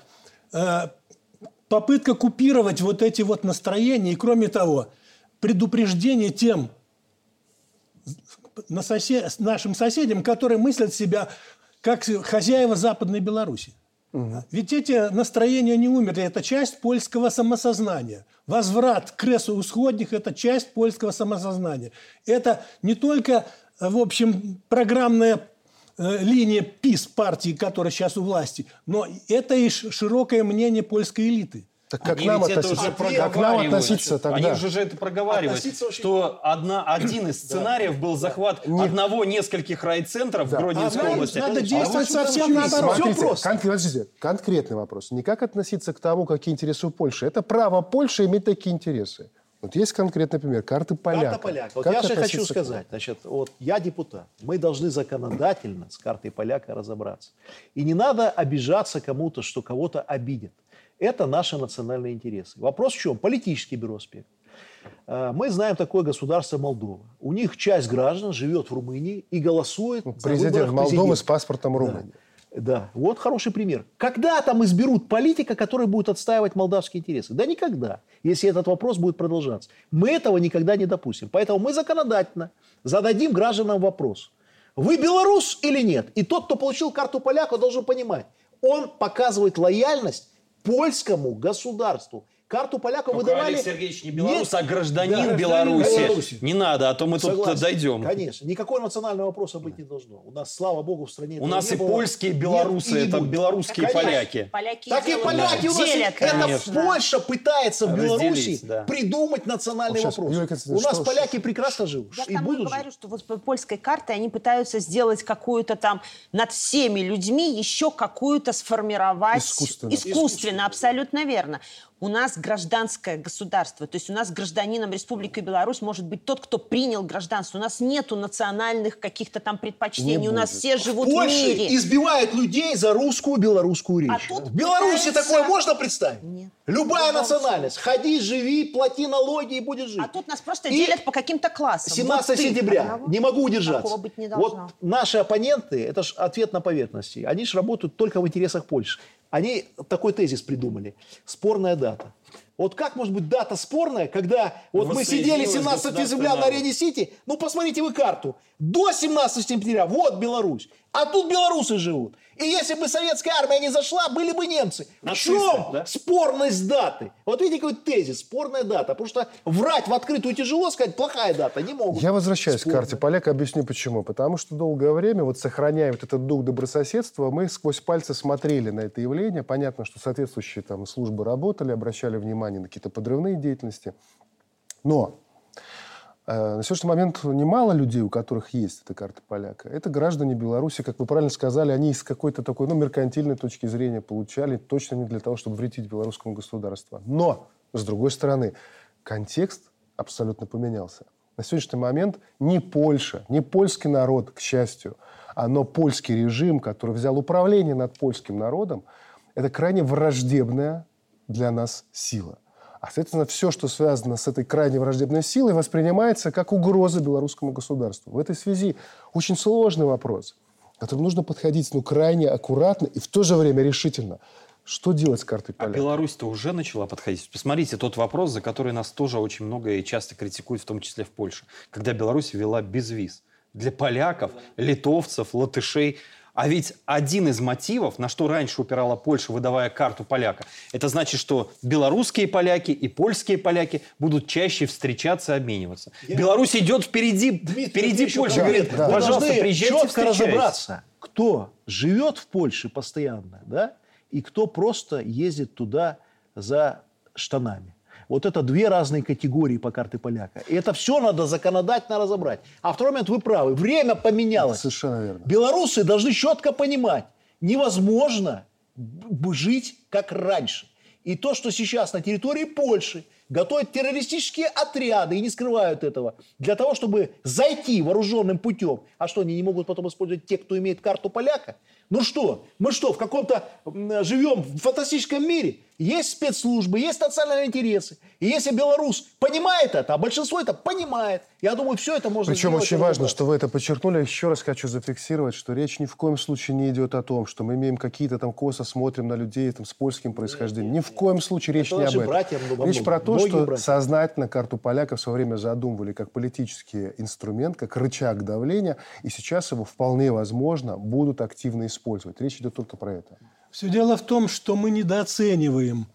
купировать вот эти вот настроения. И кроме того, предупреждение тем нашим соседям, которые мыслят себя как хозяева Западной Беларуси. Ведь эти настроения не умерли. Это часть польского самосознания. Возврат к кресу исходних – это часть польского самосознания. Это не только, в общем, программная линия ПиС, партии, которая сейчас у власти, но это и широкое мнение польской элиты. Так как нам относиться тогда? Они уже это проговаривают, что один из сценариев был захват одного-нескольких райцентров в Гродненской области. Надо действовать совсем наоборот. Смотрите, конкретный вопрос. Не как относиться к тому, какие интересы у Польши. Это право Польши иметь такие интересы. Вот есть конкретный пример. Карты поляка. Карта поляка. Вот я же хочу сказать. Значит, вот я депутат. Мы должны законодательно с картой поляка разобраться. И не надо обижаться кому-то, что кого-то обидят. Это наши национальные интересы. Вопрос в чем? Политический бероспект. Мы знаем такое государство Молдова. У них часть граждан живет в Румынии и голосует президент Молдовы с паспортом Румынии. Да, вот хороший пример. Когда там изберут политика, который будет отстаивать молдавские интересы? Да никогда, если этот вопрос будет продолжаться. Мы этого никогда не допустим. Поэтому мы законодательно зададим гражданам вопрос. Вы белорус или нет? И тот, кто получил карту поляка, должен понимать. Он показывает лояльность польскому государству. Карту поляку выдавали... Олег Сергеевич не белорус, а гражданин Беларуси. Не надо, а то мы тут дойдем. Конечно. Никакого национального вопроса быть не должно. У нас, слава богу, в стране... У нас и польские белорусы, это белорусские поляки. Так и поляки у нас... Это Польша пытается в Беларуси придумать национальный вопрос. У нас поляки прекрасно живут. Я говорю, что вот по польской карте они пытаются сделать какую-то там над всеми людьми еще какую-то сформировать... Искусственно, абсолютно верно. У нас гражданское государство, то есть у нас гражданином Республики Беларусь может быть тот, кто принял гражданство. У нас нету национальных каких-то там предпочтений, у нас все живут в мире. Польша избивает людей за русскую белорусскую речь. В Беларуси такое можно представить? Нет. Любая национальность. Ходи, живи, плати налоги и будешь жить. А тут нас просто делят по каким-то классам. 17 сентября. Не могу удержаться. Такого быть не должно. Вот наши оппоненты, это же ответ на поверхности, они же работают только в интересах Польши. Они такой тезис придумали. Спорная дата. Вот как может быть дата спорная, когда вот мы сидели 17 сентября на Арене Сити, ну посмотрите вы карту, до 17 сентября, вот Беларусь, а тут белорусы живут. И если бы советская армия не зашла, были бы немцы. В чем спорность даты? Вот видите, какой тезис, спорная дата. Потому что врать в открытую тяжело, сказать, плохая дата, не могут. Я возвращаюсь к карте поляка, объясню почему. Потому что долгое время, вот сохраняя вот этот дух добрососедства, мы сквозь пальцы смотрели на это явление. Понятно, что соответствующие там службы работали, обращали внимание на какие-то подрывные деятельности. Но на сегодняшний момент немало людей, у которых есть эта карта поляка. Это граждане Беларуси, как вы правильно сказали, они из какой-то такой, меркантильной точки зрения получали, точно не для того, чтобы вредить белорусскому государству. Но, с другой стороны, контекст абсолютно поменялся. На сегодняшний момент не Польша, не польский народ, к счастью, но польский режим, который взял управление над польским народом, это крайне враждебная для нас сила. А, соответственно, все, что связано с этой крайне враждебной силой, воспринимается как угроза белорусскому государству. В этой связи очень сложный вопрос. к которым нужно подходить крайне аккуратно и в то же время решительно. Что делать с картой поляка? А Беларусь-то уже начала подходить. Посмотрите, тот вопрос, за который нас тоже очень много и часто критикуют, в том числе в Польше. Когда Беларусь ввела безвиз для поляков, литовцев, латышей. А ведь один из мотивов, на что раньше упирала Польша, выдавая карту поляка, это значит, что белорусские поляки и польские поляки будут чаще встречаться и обмениваться. Беларусь идет впереди Польши. Говорит, пожалуйста, приезжайте, четко встречайтесь. разобраться, кто живет в Польше постоянно, да, и кто просто ездит туда за штанами. Вот это две разные категории по карте поляка. И это все надо законодательно разобрать. А второй момент, вы правы, время поменялось. Совершенно верно. Белорусы должны четко понимать, невозможно жить как раньше. И то, что сейчас на территории Польши готовят террористические отряды и не скрывают этого, для того, чтобы зайти вооруженным путем. А что, они не могут потом использовать те, кто имеет карту поляка? Ну что, мы что, в каком-то живем в фантастическом мире? Есть спецслужбы, есть национальные интересы. И если белорус понимает это, а большинство это понимает, я думаю, все это можно Причем сделать. очень важно, что вы это подчеркнули. Еще раз хочу зафиксировать, что речь ни в коем случае не идет о том, что мы имеем какие-то там косо смотрим на людей там, с польским происхождением. Ни в коем случае речь Это не об наши этом. братья, Речь про то, многие что братья. сознательно карту поляка в свое время задумывали как политический инструмент, как рычаг давления, и сейчас его вполне возможно будут активно использовать. Речь идет только про это. Все дело в том, что мы недооцениваем,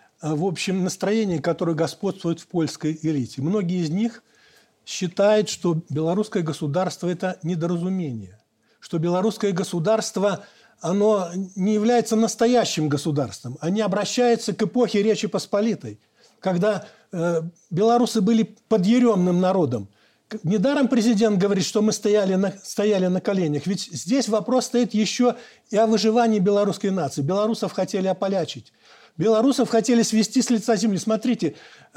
в общем, настроение, которое господствует в польской элите. Многие из них считают, что белорусское государство – это недоразумение, что белорусское государство, оно не является настоящим государством. Они обращаются к эпохе Речи Посполитой, когда белорусы были подъеремным народом. Недаром президент говорит, что мы стояли на коленях. Ведь здесь вопрос стоит еще и о выживании белорусской нации. Белорусов хотели ополячить. Белорусов хотели свести с лица земли. Смотрите,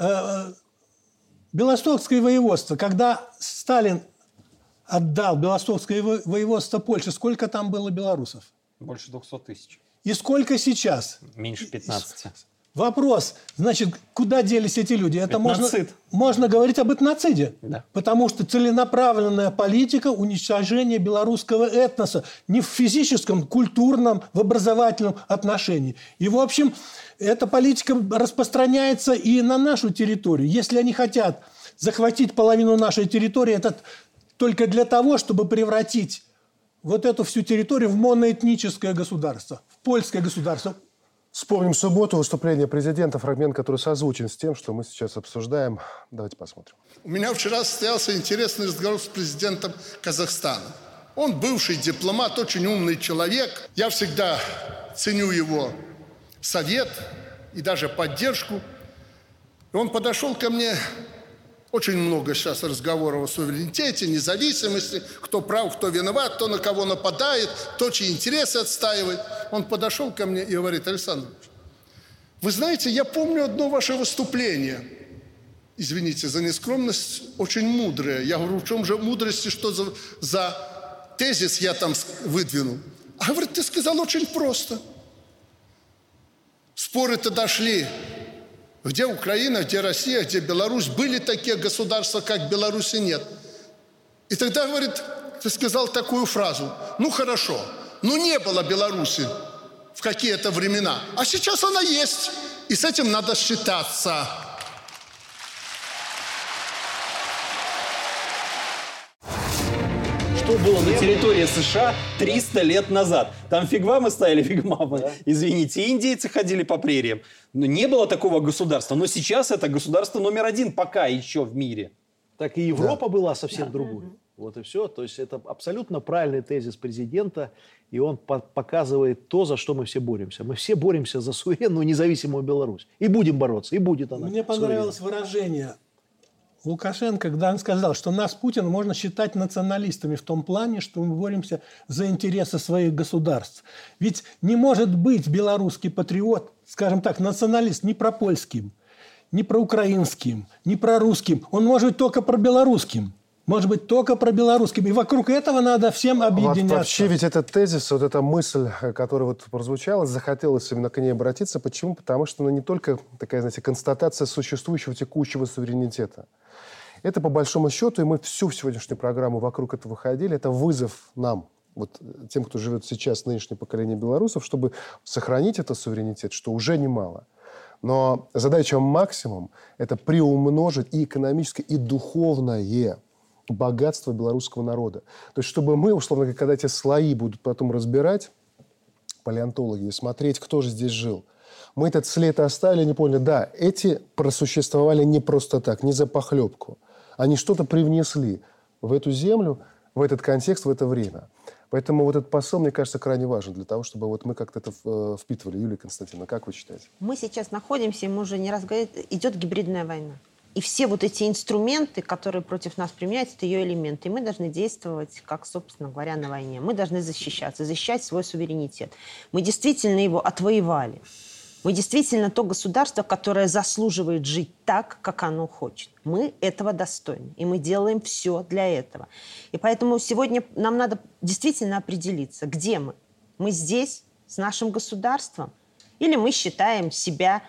Белостокское воеводство, когда Сталин отдал Белостокское воеводство Польше, сколько там было белорусов? Больше 200 тысяч. И сколько сейчас? Меньше 15. Вопрос, значит, куда делись эти люди? Это Этноцид. можно говорить об этноциде. Да. Потому что целенаправленная политика уничтожения белорусского этноса не в физическом, культурном, в образовательном отношении. И, в общем, эта политика распространяется и на нашу территорию. Если они хотят захватить половину нашей территории, это только для того, чтобы превратить вот эту всю территорию в моноэтническое государство, в польское государство. Вспомним субботу, выступление президента, фрагмент, который созвучен с тем, что мы сейчас обсуждаем. Давайте посмотрим. У меня вчера состоялся интересный разговор с президентом Казахстана. Он бывший дипломат, очень умный человек. Я всегда ценю его совет и даже поддержку. И он подошел ко мне. Очень много сейчас разговоров о суверенитете, независимости, кто прав, кто виноват, кто на кого нападает, кто чьи интересы отстаивает. Он подошел ко мне и говорит: Александр Ильич, вы знаете, я помню одно ваше выступление. Извините за нескромность, очень мудрое. Я говорю, в чем же мудрости, что за тезис я там выдвинул? А говорит, ты сказал очень просто. Споры-то дошли. Где Украина, где Россия, где Беларусь. Были такие государства, как Беларусь, и нет. И тогда, говорит, ты сказал такую фразу. Ну, хорошо. Ну, не было Беларуси в какие-то времена. А сейчас она есть. И с этим надо считаться. Что было на территории США 300 лет назад? Там фиг вам и стояли, фиг мама. Да. Извините, индейцы ходили по прериям. Но не было такого государства. Но сейчас это государство номер один пока еще в мире. Так и Европа была совсем другой. Вот и все. То есть это абсолютно правильный тезис президента. И он показывает то, за что мы все боремся. Мы все боремся за суверенную, независимую Беларусь. И будем бороться. И будет она. Мне понравилось выражение Лукашенко, когда он сказал, что нас, Путин, можно считать националистами в том плане, что мы боремся за интересы своих государств. Ведь не может быть белорусский патриот, скажем так, националист не пропольским, не проукраинским, не прорусским. Он может быть только пробелорусским. Может быть, только пробелорусским. И вокруг этого надо всем объединяться. Вообще ведь этот тезис, вот эта мысль, которая вот прозвучала, захотелось именно к ней обратиться. Почему? Потому что она не только такая, знаете, констатация существующего текущего суверенитета. Это, по большому счету, и мы всю сегодняшнюю программу вокруг этого ходили, это вызов нам, вот тем, кто живет сейчас, нынешнее поколение белорусов, чтобы сохранить этот суверенитет, что уже немало. Но задача максимум – это приумножить и экономическое, и духовное богатство белорусского народа. То есть, чтобы мы, условно говоря, когда эти слои будут потом разбирать, палеонтологи, смотреть, кто же здесь жил, мы этот след оставили, не поняли, да, эти просуществовали не просто так, не за похлебку. Они что-то привнесли в эту землю, в этот контекст, в это время. Поэтому вот этот посыл, мне кажется, крайне важен для того, чтобы вот мы как-то это впитывали. Юлия Константиновна, как вы считаете? Мы сейчас находимся, и мы уже не раз говорили, идет гибридная война. И все вот эти инструменты, которые против нас применяются, это ее элементы. И мы должны действовать, как, собственно говоря, на войне. Мы должны защищаться, защищать свой суверенитет. Мы действительно его отвоевали. Мы действительно то государство, которое заслуживает жить так, как оно хочет. Мы этого достойны. И мы делаем все для этого. И поэтому сегодня нам надо действительно определиться, где мы. Мы здесь, с нашим государством? Или мы считаем себя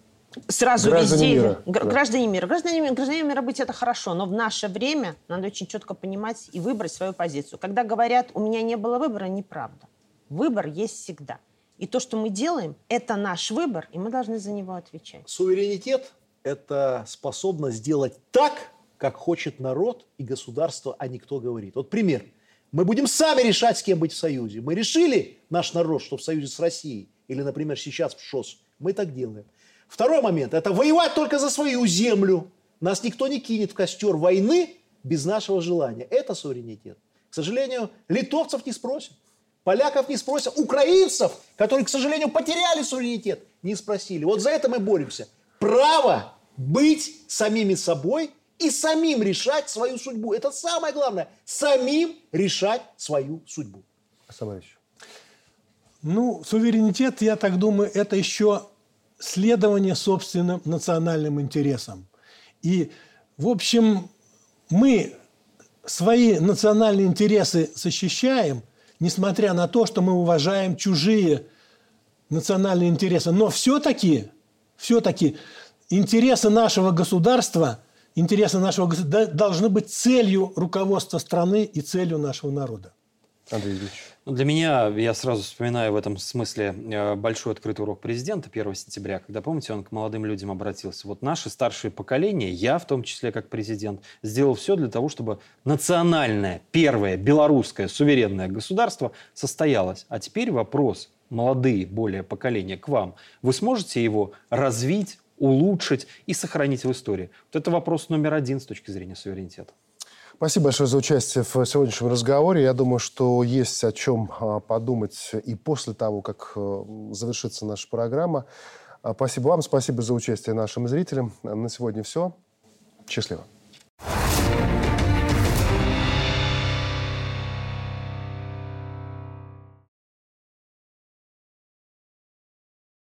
сразу граждане везде... мира. Граждане мира. Граждане мира быть это хорошо, но в наше время надо очень четко понимать и выбрать свою позицию. Когда говорят, у меня не было выбора, неправда. Выбор есть всегда. И то, что мы делаем, это наш выбор, и мы должны за него отвечать. Суверенитет – это способность сделать так, как хочет народ и государство, а не кто говорит. Вот пример. Мы будем сами решать, с кем быть в союзе. Мы решили, наш народ, что в союзе с Россией, или, например, сейчас в ШОС. Мы так делаем. Второй момент – это воевать только за свою землю. Нас никто не кинет в костер войны без нашего желания. Это суверенитет. К сожалению, литовцев не спросят. Поляков не спросят, украинцев, которые, к сожалению, потеряли суверенитет, не спросили. Вот за это мы боремся. Право быть самими собой и самим решать свою судьбу. Это самое главное. Самим решать свою судьбу. Самович. Ну, суверенитет, я так думаю, это еще следование собственным национальным интересам. И, в общем, мы свои национальные интересы защищаем, несмотря на то, что мы уважаем чужие национальные интересы. Но все-таки интересы нашего государства должны быть целью руководства страны и целью нашего народа. Андрей Ильич. Для меня, я сразу вспоминаю в этом смысле большой открытый урок президента 1 сентября, когда, помните, он к молодым людям обратился. Вот наше старшее поколение, я в том числе как президент, сделал все для того, чтобы национальное, первое, белорусское, суверенное государство состоялось. А теперь вопрос, молодые, более поколения, к вам. Вы сможете его развить, улучшить и сохранить в истории? Вот это вопрос номер один с точки зрения суверенитета. Спасибо большое за участие в сегодняшнем разговоре. Я думаю, что есть о чем подумать и после того, как завершится наша программа. Спасибо вам, спасибо за участие нашим зрителям. На сегодня все. Счастливо.